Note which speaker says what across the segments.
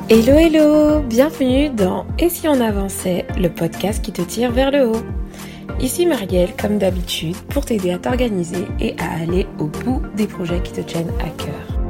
Speaker 1: Hello hello, bienvenue dans Et si on avançait, le podcast qui te tire vers le haut. Ici Marielle, comme d'habitude, pour t'aider à t'organiser et à aller au bout des projets qui te tiennent à cœur.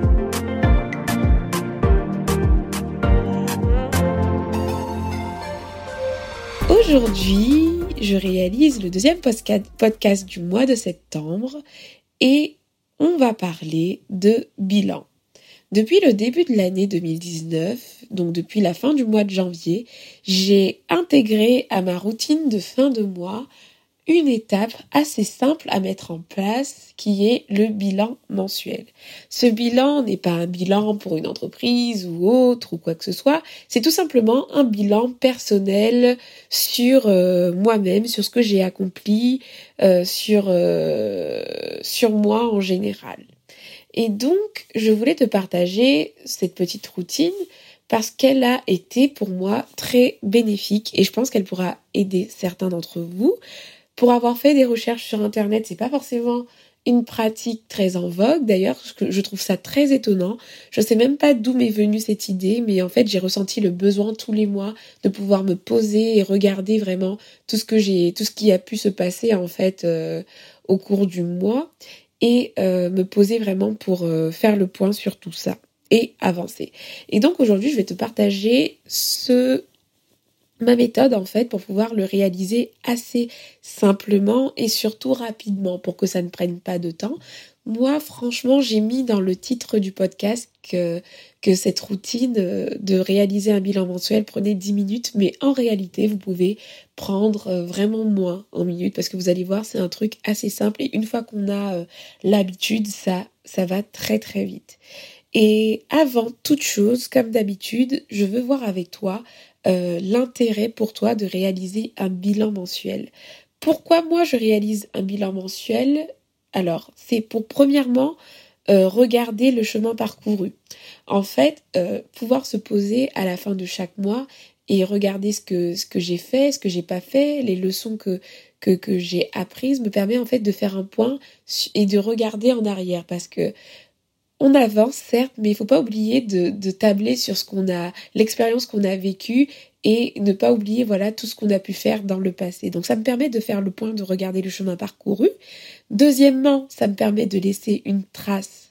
Speaker 1: Aujourd'hui, je réalise le deuxième podcast du mois de septembre et on va parler de bilan. Depuis le début de l'année 2019, donc depuis la fin du mois de janvier, j'ai intégré à ma routine de fin de mois une étape assez simple à mettre en place qui est le bilan mensuel. Ce bilan n'est pas un bilan pour une entreprise ou autre ou quoi que ce soit, c'est tout simplement un bilan personnel sur moi-même, sur ce que j'ai accompli, sur moi en général. Et donc, je voulais te partager cette petite routine parce qu'elle a été pour moi très bénéfique et je pense qu'elle pourra aider certains d'entre vous. Pour avoir fait des recherches sur Internet, c'est pas forcément une pratique très en vogue. D'ailleurs, je trouve ça très étonnant. Je sais même pas d'où m'est venue cette idée, mais en fait, j'ai ressenti le besoin tous les mois de pouvoir me poser et regarder vraiment tout ce qui a pu se passer en fait au cours du mois et me poser vraiment pour faire le point sur tout ça et avancer. Et donc aujourd'hui, je vais te partager ma méthode en fait pour pouvoir le réaliser assez simplement et surtout rapidement pour que ça ne prenne pas de temps. Moi, franchement, j'ai mis dans le titre du podcast que cette routine de réaliser un bilan mensuel prenait 10 minutes, mais en réalité, vous pouvez prendre vraiment moins en minutes parce que vous allez voir, c'est un truc assez simple et une fois qu'on a l'habitude, ça va très très vite. Et avant toute chose, comme d'habitude, je veux voir avec toi l'intérêt pour toi de réaliser un bilan mensuel. Pourquoi moi je réalise un bilan mensuel ? Alors, c'est pour premièrement regarder le chemin parcouru. En fait, pouvoir se poser à la fin de chaque mois et regarder ce que j'ai fait, ce que j'ai pas fait, les leçons que j'ai apprises me permet en fait de faire un point et de regarder en arrière parce que on avance, certes, mais il faut pas oublier de tabler sur l'expérience qu'on a vécue et ne pas oublier, voilà, tout ce qu'on a pu faire dans le passé. Donc, ça me permet de faire le point, de regarder le chemin parcouru. Deuxièmement, ça me permet de laisser une trace,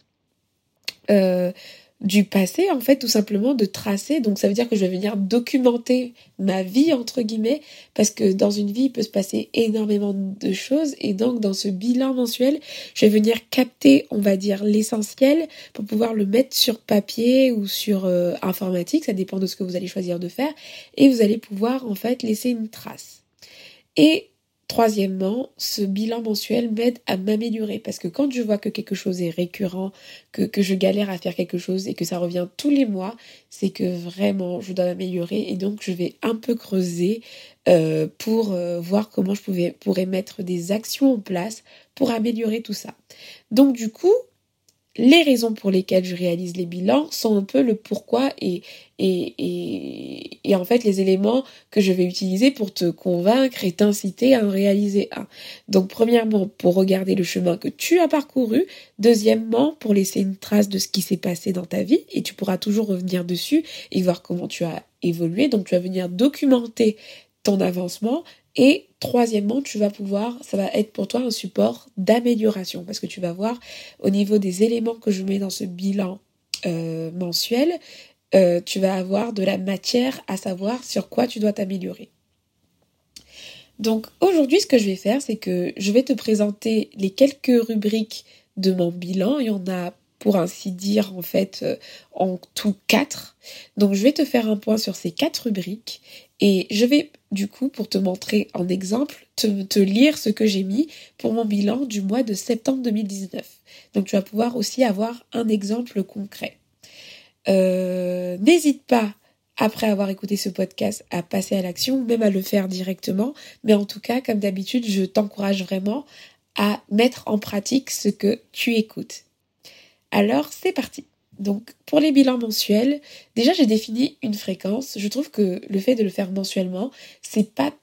Speaker 1: du passé, en fait, tout simplement de tracer. Donc ça veut dire que je vais venir documenter ma vie, entre guillemets, parce que dans une vie, il peut se passer énormément de choses. Et donc, dans ce bilan mensuel, je vais venir capter, on va dire, l'essentiel pour pouvoir le mettre sur papier ou sur informatique. Ça dépend de ce que vous allez choisir de faire. Et vous allez pouvoir, en fait, laisser une trace. Et troisièmement, ce bilan mensuel m'aide à m'améliorer parce que quand je vois que quelque chose est récurrent, que je galère à faire quelque chose et que ça revient tous les mois, c'est que vraiment je dois m'améliorer et donc je vais un peu creuser pour voir comment pourrais mettre des actions en place pour améliorer tout ça. Donc du coup, les raisons pour lesquelles je réalise les bilans sont un peu le pourquoi et en fait les éléments que je vais utiliser pour te convaincre et t'inciter à en réaliser un. Donc premièrement, pour regarder le chemin que tu as parcouru. Deuxièmement, pour laisser une trace de ce qui s'est passé dans ta vie et tu pourras toujours revenir dessus et voir comment tu as évolué. Donc tu vas venir documenter ton avancement. Et troisièmement, ça va être pour toi un support d'amélioration parce que tu vas voir au niveau des éléments que je mets dans ce bilan mensuel, tu vas avoir de la matière à savoir sur quoi tu dois t'améliorer. Donc aujourd'hui, ce que je vais faire, c'est que je vais te présenter les quelques rubriques de mon bilan. Il y en a pour ainsi dire en fait en tout 4. Donc je vais te faire un point sur ces 4 rubriques et je vais du coup pour te montrer en exemple te lire ce que j'ai mis pour mon bilan du mois de septembre 2019. Donc tu vas pouvoir aussi avoir un exemple concret. N'hésite pas après avoir écouté ce podcast à passer à l'action ou même à le faire directement, mais en tout cas comme d'habitude je t'encourage vraiment à mettre en pratique ce que tu écoutes. Alors, c'est parti. Donc, pour les bilans mensuels, déjà, j'ai défini une fréquence. Je trouve que le fait de le faire mensuellement, c'est pas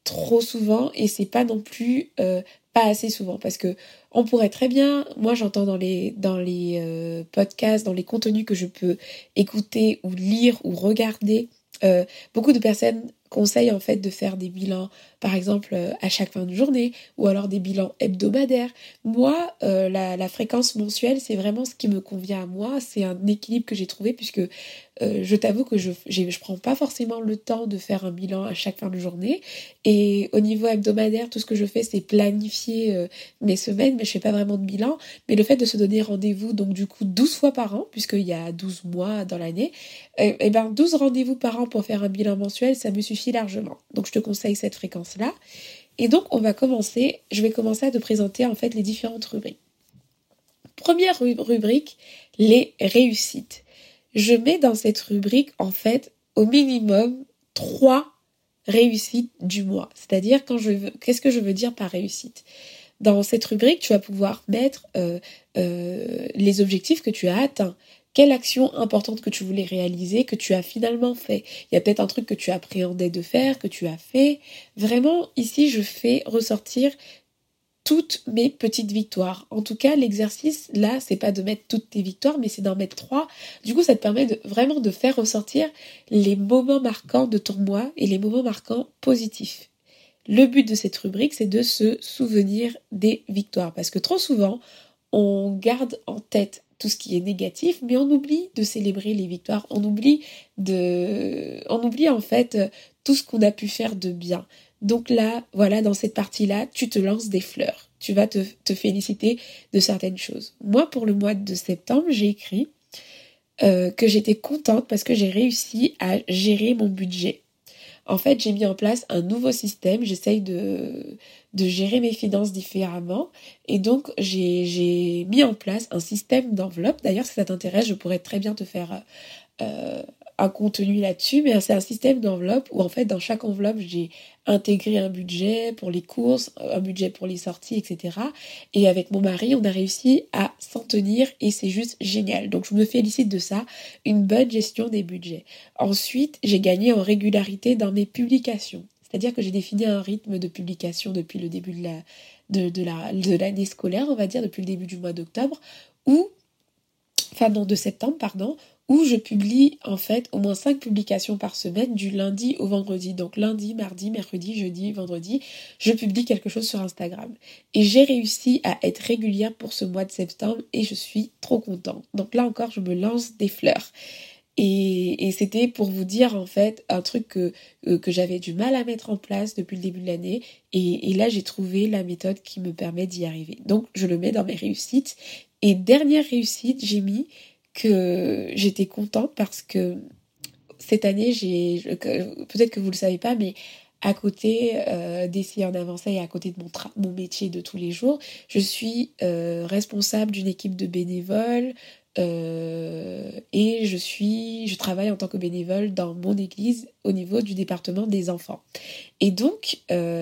Speaker 1: trop souvent et c'est pas non plus pas assez souvent parce que on pourrait très bien, moi j'entends dans les podcasts, dans les contenus que je peux écouter ou lire ou regarder, beaucoup de personnes conseillent en fait de faire des bilans par exemple à chaque fin de journée ou alors des bilans hebdomadaires. Moi la fréquence mensuelle c'est vraiment ce qui me convient à moi, c'est un équilibre que j'ai trouvé puisque je t'avoue que je prends pas forcément le temps de faire un bilan à chaque fin de journée et au niveau hebdomadaire tout ce que je fais c'est planifier mes semaines mais je fais pas vraiment de bilan, mais le fait de se donner rendez-vous donc du coup 12 fois par an puisqu'il y a 12 mois dans l'année, et ben 12 rendez-vous par an pour faire un bilan mensuel ça me suffit largement, donc je te conseille cette fréquence là et donc je vais commencer à te présenter en fait les différentes rubriques. Première rubrique, les réussites. Je mets dans cette rubrique, en fait, au minimum 3 réussites du mois. C'est-à-dire, qu'est-ce que je veux dire par réussite? Dans cette rubrique, tu vas pouvoir mettre les objectifs que tu as atteints. Quelle action importante que tu voulais réaliser, que tu as finalement fait. Il y a peut-être un truc que tu appréhendais de faire, que tu as fait. Vraiment, ici, je fais ressortir toutes mes petites victoires. En tout cas, l'exercice, là, c'est pas de mettre toutes tes victoires, mais c'est d'en mettre 3. Du coup, ça te permet vraiment de faire ressortir les moments marquants de ton mois et les moments marquants positifs. Le but de cette rubrique, c'est de se souvenir des victoires. Parce que trop souvent, on garde en tête tout ce qui est négatif, mais on oublie de célébrer les victoires. On oublie en fait tout ce qu'on a pu faire de bien. Donc là, voilà, dans cette partie-là, tu te lances des fleurs. Tu vas te féliciter de certaines choses. Moi, pour le mois de septembre, j'ai écrit que j'étais contente parce que j'ai réussi à gérer mon budget. En fait, j'ai mis en place un nouveau système. J'essaye de gérer mes finances différemment. Et donc, j'ai mis en place un système d'enveloppe. D'ailleurs, si ça t'intéresse, je pourrais très bien te faire euh, un contenu là-dessus, mais c'est un système d'enveloppe où en fait dans chaque enveloppe j'ai intégré un budget pour les courses, un budget pour les sorties, etc. Et avec mon mari on a réussi à s'en tenir et c'est juste génial. Donc je me félicite de ça, une bonne gestion des budgets. Ensuite j'ai gagné en régularité dans mes publications. C'est-à-dire que j'ai défini un rythme de publication depuis le début de l'année scolaire, on va dire, depuis le début du mois d'octobre, de septembre, pardon, où je publie en fait au moins 5 publications par semaine du lundi au vendredi. Donc lundi, mardi, mercredi, jeudi, vendredi, je publie quelque chose sur Instagram. Et j'ai réussi à être régulière pour ce mois de septembre et je suis trop contente. Donc là encore, je me lance des fleurs. Et c'était pour vous dire en fait un truc que j'avais du mal à mettre en place depuis le début de l'année. Et là, j'ai trouvé la méthode qui me permet d'y arriver. Donc, je le mets dans mes réussites. Et dernière réussite, j'ai mis que j'étais contente parce que cette année, peut-être que vous le savez pas, mais à côté d'essayer en avancer et à côté de mon métier de tous les jours, je suis responsable d'une équipe de bénévoles et je travaille en tant que bénévole dans mon église au niveau du département des enfants. Et donc,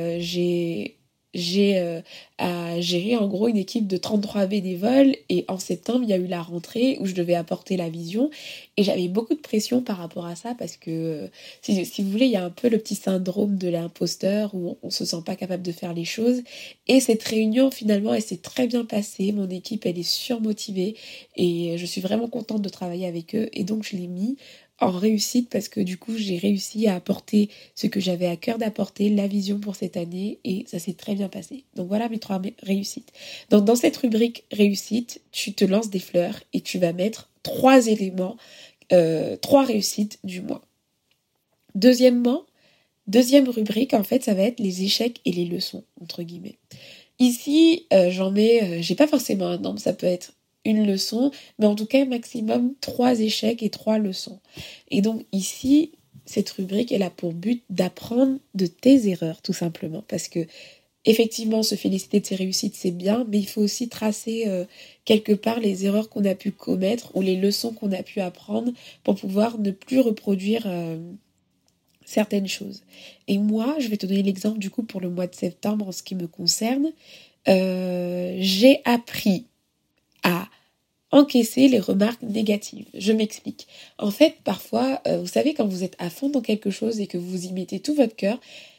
Speaker 1: j'ai à gérer en gros une équipe de 33 bénévoles et en septembre il y a eu la rentrée où je devais apporter la vision et j'avais beaucoup de pression par rapport à ça parce que si vous voulez il y a un peu le petit syndrome de l'imposteur où on se sent pas capable de faire les choses et cette réunion finalement elle s'est très bien passée, mon équipe elle est surmotivée et je suis vraiment contente de travailler avec eux et donc je l'ai mis en réussite parce que du coup j'ai réussi à apporter ce que j'avais à cœur d'apporter, la vision pour cette année et ça s'est très bien passé. Donc voilà mes 3 réussites. Donc dans cette rubrique réussite, tu te lances des fleurs et tu vas mettre 3 éléments, 3 réussites du mois. Deuxième rubrique en fait ça va être les échecs et les leçons entre guillemets. Ici j'ai pas forcément un nombre, ça peut être une leçon, mais en tout cas maximum 3 échecs et 3 leçons. Et donc ici, cette rubrique, elle a pour but d'apprendre de tes erreurs, tout simplement. Parce que effectivement, se féliciter de ses réussites, c'est bien, mais il faut aussi tracer quelque part les erreurs qu'on a pu commettre ou les leçons qu'on a pu apprendre pour pouvoir ne plus reproduire certaines choses. Et moi, je vais te donner l'exemple du coup pour le mois de septembre en ce qui me concerne. J'ai appris à encaisser les remarques négatives. Je m'explique. En fait, parfois, vous savez, quand vous êtes à fond dans quelque chose et que vous y mettez tout votre cœur,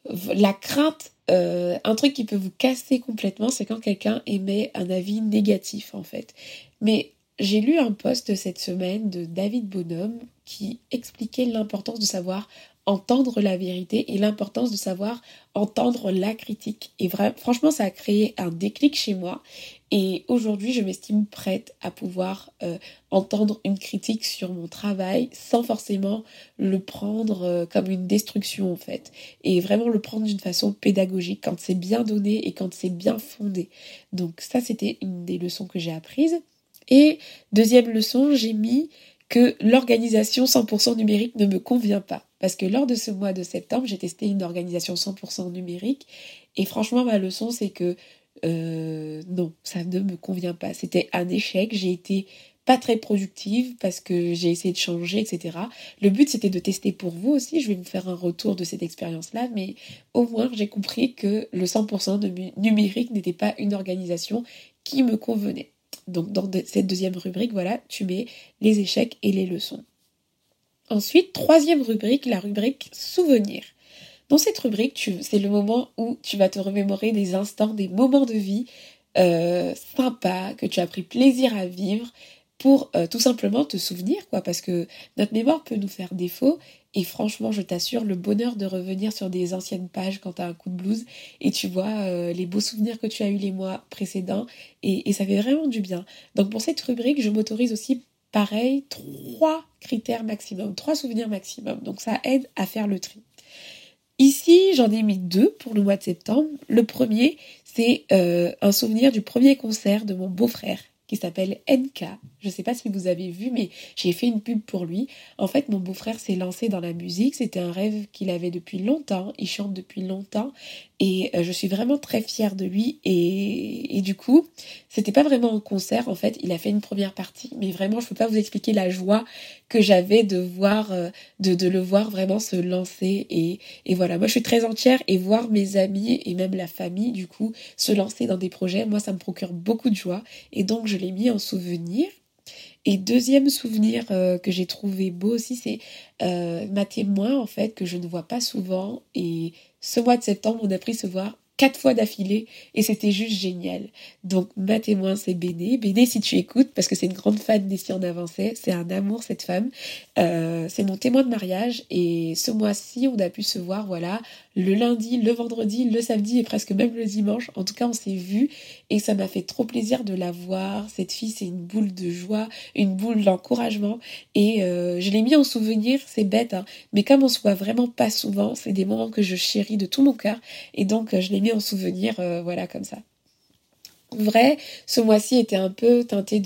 Speaker 1: La crainte, un truc qui peut vous casser complètement, c'est quand quelqu'un émet un avis négatif en fait. Mais j'ai lu un post cette semaine de David Bonhomme qui expliquait l'importance de savoir entendre la vérité et l'importance de savoir entendre la critique. Et franchement, ça a créé un déclic chez moi. Et aujourd'hui, je m'estime prête à pouvoir entendre une critique sur mon travail sans forcément le prendre comme une destruction en fait. Et vraiment le prendre d'une façon pédagogique quand c'est bien donné et quand c'est bien fondé. Donc ça, c'était une des leçons que j'ai apprises. Et deuxième leçon, j'ai mis que l'organisation 100% numérique ne me convient pas. Parce que lors de ce mois de septembre, j'ai testé une organisation 100% numérique. Et franchement, ma leçon, c'est que non, ça ne me convient pas. C'était un échec. J'ai été pas très productive parce que j'ai essayé de changer, etc. Le but, c'était de tester pour vous aussi. Je vais vous faire un retour de cette expérience-là. Mais au moins, j'ai compris que le 100% numérique n'était pas une organisation qui me convenait. Donc dans cette deuxième rubrique, voilà, tu mets les échecs et les leçons. Ensuite, troisième rubrique, la rubrique souvenirs. Dans cette rubrique, c'est le moment où tu vas te remémorer des instants, des moments de vie sympas, que tu as pris plaisir à vivre pour tout simplement te souvenir, quoi, parce que notre mémoire peut nous faire défaut. Et franchement, je t'assure, le bonheur de revenir sur des anciennes pages quand tu as un coup de blues et tu vois les beaux souvenirs que tu as eu les mois précédents et ça fait vraiment du bien. Donc pour cette rubrique, je m'autorise aussi pareil, 3 critères maximum, 3 souvenirs maximum. Donc ça aide à faire le tri. Ici, j'en ai mis 2 pour le mois de septembre. Le premier, c'est un souvenir du premier concert de mon beau-frère qui s'appelle NK. Je ne sais pas si vous avez vu, mais j'ai fait une pub pour lui. En fait, mon beau-frère s'est lancé dans la musique. C'était un rêve qu'il avait depuis longtemps. Il chante depuis longtemps. Et je suis vraiment très fière de lui. Et du coup, c'était pas vraiment un concert. En fait, il a fait une première partie. Mais vraiment, je peux pas vous expliquer la joie que j'avais de voir, de le voir vraiment se lancer. Et voilà, moi je suis très entière et voir mes amis et même la famille, du coup, se lancer dans des projets, moi ça me procure beaucoup de joie. Et donc je l'ai mis en souvenir. Et deuxième souvenir que j'ai trouvé beau aussi, c'est ma témoin en fait, que je ne vois pas souvent. Et ce mois de septembre, on a pu se voir 4 fois d'affilée et c'était juste génial. Donc ma témoin c'est Béné. Béné, si tu écoutes, parce que c'est une grande fan des Si on avançait, c'est un amour cette femme. C'est mon témoin de mariage et ce mois-ci on a pu se voir, voilà, le lundi, le vendredi, le samedi et presque même le dimanche. En tout cas on s'est vus et ça m'a fait trop plaisir de la voir. Cette fille c'est une boule de joie, une boule d'encouragement et je l'ai mis en souvenir, c'est bête hein, mais comme on se voit vraiment pas souvent, c'est des moments que je chéris de tout mon cœur et donc je l'ai mis en souvenir, voilà comme ça. En vrai, ce mois-ci était un peu teinté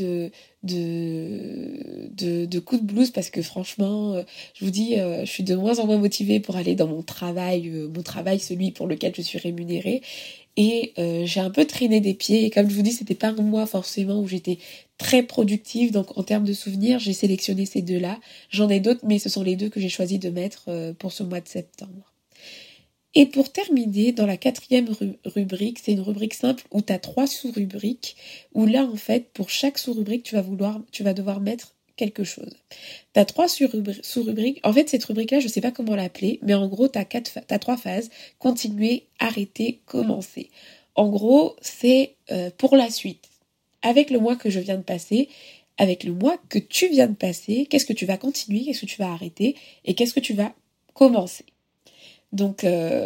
Speaker 1: de coups de blues parce que franchement, je vous dis, je suis de moins en moins motivée pour aller dans mon travail, celui pour lequel je suis rémunérée. Et j'ai un peu traîné des pieds. Et comme je vous dis, c'était pas un mois forcément où j'étais très productive. Donc en termes de souvenirs, j'ai sélectionné ces deux-là. J'en ai d'autres, mais ce sont les deux que j'ai choisi de mettre pour ce mois de septembre. Et pour terminer, dans la quatrième rubrique, c'est une rubrique simple où tu as 3 sous-rubriques, où là, en fait, pour chaque sous-rubrique, tu vas devoir mettre quelque chose. Tu as 3 sous-rubriques. En fait, cette rubrique-là, je ne sais pas comment l'appeler, mais en gros, tu as 3 phases. Continuer, arrêter, commencer. En gros, c'est pour la suite. Avec le mois que je viens de passer, avec le mois que tu viens de passer, qu'est-ce que tu vas continuer, qu'est-ce que tu vas arrêter et qu'est-ce que tu vas commencer. Donc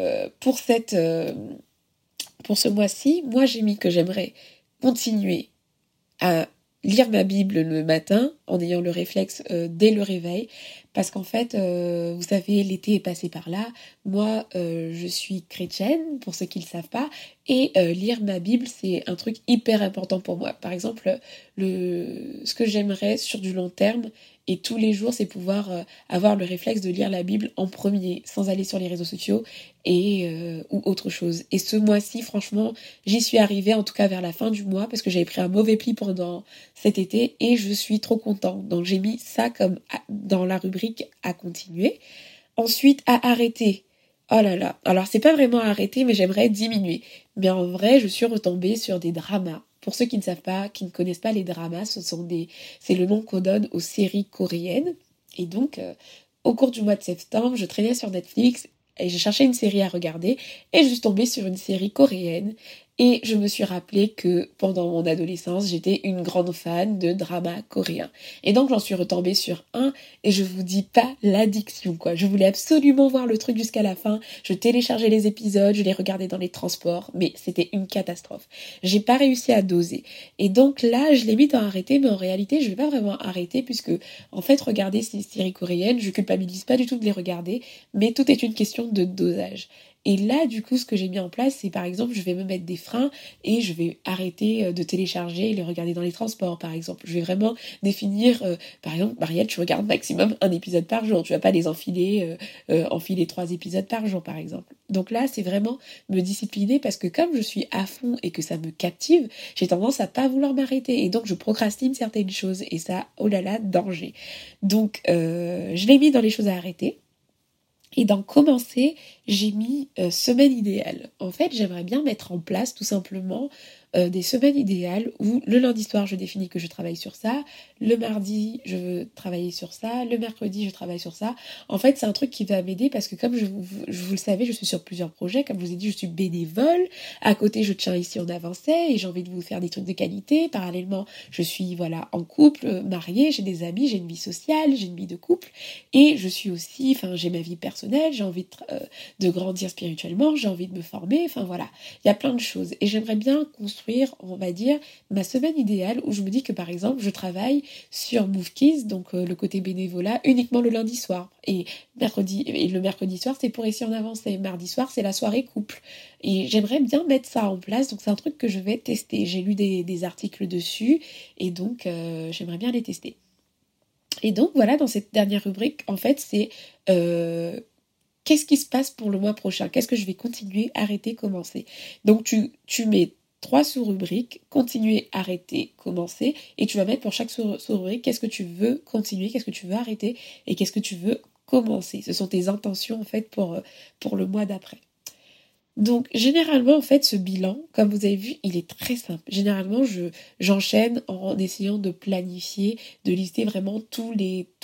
Speaker 1: pour ce mois-ci, moi j'ai mis que j'aimerais continuer à lire ma Bible le matin en ayant le réflexe dès le réveil parce qu'en fait vous savez l'été est passé par là, moi je suis chrétienne pour ceux qui ne le savent pas et lire ma Bible c'est un truc hyper important pour moi. Par exemple ce que j'aimerais sur du long terme et tous les jours c'est pouvoir avoir le réflexe de lire la Bible en premier sans aller sur les réseaux sociaux et ou autre chose. Et ce mois-ci franchement j'y suis arrivée en tout cas vers la fin du mois parce que j'avais pris un mauvais pli pendant cet été et je suis trop contente. Donc j'ai mis ça comme dans la rubrique à continuer. Ensuite à arrêter. Oh là là. Alors c'est pas vraiment à arrêter mais j'aimerais diminuer. Mais en vrai je suis retombée sur des dramas. Pour ceux qui ne savent pas, qui ne connaissent pas les dramas, c'est le nom qu'on donne aux séries coréennes. Et donc au cours du mois de septembre, je traînais sur Netflix et j'ai cherché une série à regarder et je suis tombée sur une série coréenne. Et je me suis rappelé que pendant mon adolescence, j'étais une grande fan de dramas coréens. Et donc j'en suis retombée sur un et je vous dis pas l'addiction quoi. Je voulais absolument voir le truc jusqu'à la fin. Je téléchargeais les épisodes, je les regardais dans les transports, mais c'était une catastrophe. J'ai pas réussi à doser. Et donc là, je l'ai mis à arrêter, mais en réalité, je vais pas vraiment arrêter puisque en fait, regarder ces séries coréennes, je culpabilise pas du tout de les regarder, mais tout est une question de dosage. Et là, du coup, ce que j'ai mis en place, c'est par exemple, je vais me mettre des freins et je vais arrêter de télécharger et les regarder dans les transports, par exemple. Je vais vraiment définir, par exemple, Marielle, tu regardes maximum un épisode par jour. Tu vas pas les enfiler 3 épisodes par jour, par exemple. Donc là, c'est vraiment me discipliner parce que comme je suis à fond et que ça me captive, j'ai tendance à pas vouloir m'arrêter. Et donc, je procrastine certaines choses. Et ça, oh là là, danger. Donc, je l'ai mis dans les choses à arrêter. Et dans commencer, j'ai mis semaine idéale. En fait, j'aimerais bien mettre en place tout simplement des semaines idéales où le lundi soir, je définis que je travaille sur ça, le mardi, je veux travailler sur ça, le mercredi, je travaille sur ça. En fait, c'est un truc qui va m'aider parce que comme vous le savez, je suis sur plusieurs projets. Comme je vous ai dit, je suis bénévole. À côté, je tiens ici en avancée et j'ai envie de vous faire des trucs de qualité. Parallèlement, je suis en couple, mariée, j'ai des amis, j'ai une vie sociale, j'ai une vie de couple. Et je suis aussi, j'ai ma vie personnelle, j'ai envie de grandir spirituellement, j'ai envie de me former, voilà. Il y a plein de choses. Et j'aimerais bien construire, on va dire, ma semaine idéale où je me dis que par exemple, je travaille sur Move Kids, donc le côté bénévolat, uniquement le lundi soir. Et le mercredi soir, c'est pour ici en avance. Et mardi soir, c'est la soirée couple. Et j'aimerais bien mettre ça en place. Donc c'est un truc que je vais tester. J'ai lu des articles dessus et donc j'aimerais bien les tester. Et donc voilà, dans cette dernière rubrique, en fait, c'est qu'est-ce qui se passe pour le mois prochain? Qu'est-ce que je vais continuer, arrêter, commencer? Donc tu mets 3 sous-rubriques, continuer, arrêter, commencer, et tu vas mettre pour chaque sous-rubrique qu'est-ce que tu veux continuer, qu'est-ce que tu veux arrêter, et qu'est-ce que tu veux commencer. Ce sont tes intentions en fait pour le mois d'après. Donc généralement en fait ce bilan, comme vous avez vu, il est très simple. Généralement j'enchaîne en essayant de planifier, de lister vraiment toutes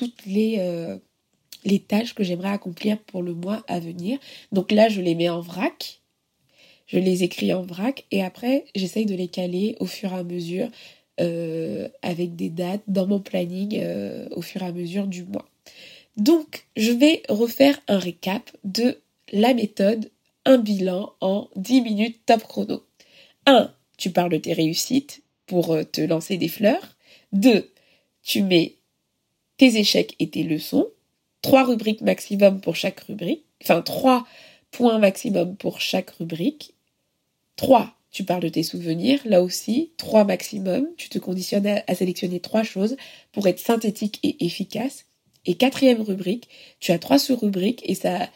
Speaker 1: les tâches que j'aimerais accomplir pour le mois à venir. Donc là je les mets en vrac, je les écris en vrac et après j'essaye de les caler au fur et à mesure avec des dates dans mon planning au fur et à mesure du mois. Donc je vais refaire un récap de la méthode un bilan en 10 minutes top chrono. 1. Tu parles de tes réussites pour te lancer des fleurs. 2. Tu mets tes échecs et tes leçons. 3 rubriques maximum pour chaque rubrique. 3 points maximum pour chaque rubrique. 3. Tu parles de tes souvenirs. Là aussi, 3 maximum. Tu te conditionnes à sélectionner 3 choses pour être synthétique et efficace. Et 4e rubrique, tu as 3 sous-rubriques et ça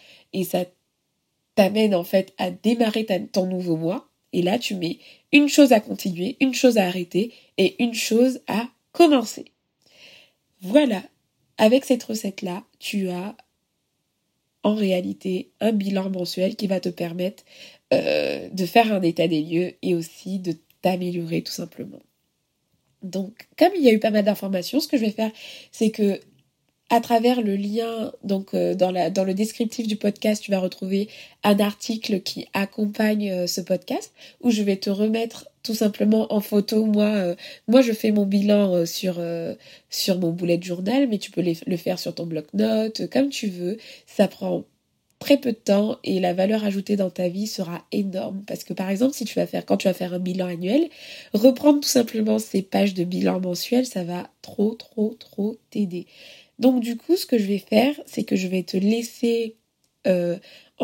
Speaker 1: t'amène en fait à démarrer ton nouveau mois. Et là, tu mets une chose à continuer, une chose à arrêter et une chose à commencer. Voilà, avec cette recette-là, tu as en réalité un bilan mensuel qui va te permettre de faire un état des lieux et aussi de t'améliorer tout simplement. Donc, comme il y a eu pas mal d'informations, ce que je vais faire, c'est que à travers le lien, donc dans le descriptif du podcast, tu vas retrouver un article qui accompagne ce podcast où je vais te remettre tout simplement en photo. Moi je fais mon bilan sur mon bullet journal, mais tu peux le faire sur ton bloc-notes, comme tu veux. Ça prend très peu de temps et la valeur ajoutée dans ta vie sera énorme parce que par exemple quand tu vas faire un bilan annuel, reprendre tout simplement ces pages de bilan mensuel, ça va trop t'aider. Donc du coup, ce que je vais faire, c'est que je vais te laisser de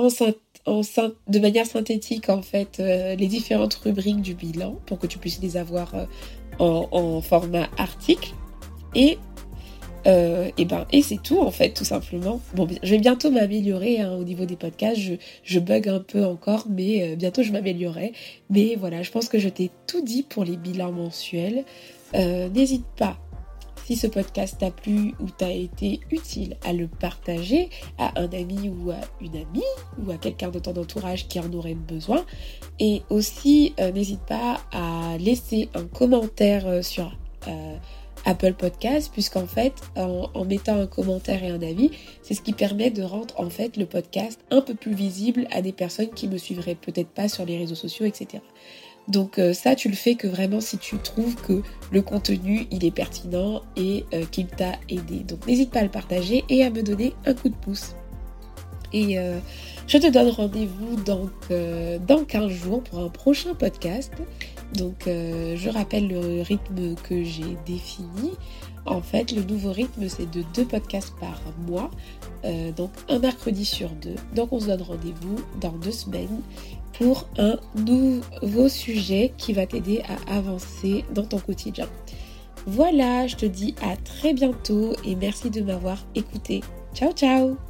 Speaker 1: manière synthétique en fait les différentes rubriques du bilan pour que tu puisses les avoir en format article et c'est tout en fait tout simplement. Bon, je vais bientôt m'améliorer au niveau des podcasts, je bug un peu encore mais bientôt je m'améliorerai. Mais voilà, je pense que je t'ai tout dit pour les bilans mensuels. N'hésite pas, si ce podcast t'a plu ou t'a été utile, à le partager à un ami ou à une amie ou à quelqu'un de ton entourage qui en aurait besoin. Et aussi, n'hésite pas à laisser un commentaire sur Apple Podcast, puisqu'en fait, en mettant un commentaire et un avis, c'est ce qui permet de rendre en fait le podcast un peu plus visible à des personnes qui me suivraient peut-être pas sur les réseaux sociaux, etc. Donc ça, tu le fais que vraiment si tu trouves que le contenu, il est pertinent et qu'il t'a aidé. Donc n'hésite pas à le partager et à me donner un coup de pouce. Et je te donne rendez-vous donc dans 15 jours pour un prochain podcast. Donc je rappelle le rythme que j'ai défini. En fait, le nouveau rythme, c'est de 2 podcasts par mois. Donc un mercredi sur 2. Donc on se donne rendez-vous dans 2 semaines pour un nouveau sujet qui va t'aider à avancer dans ton quotidien. Voilà, je te dis à très bientôt et merci de m'avoir écouté. Ciao ciao!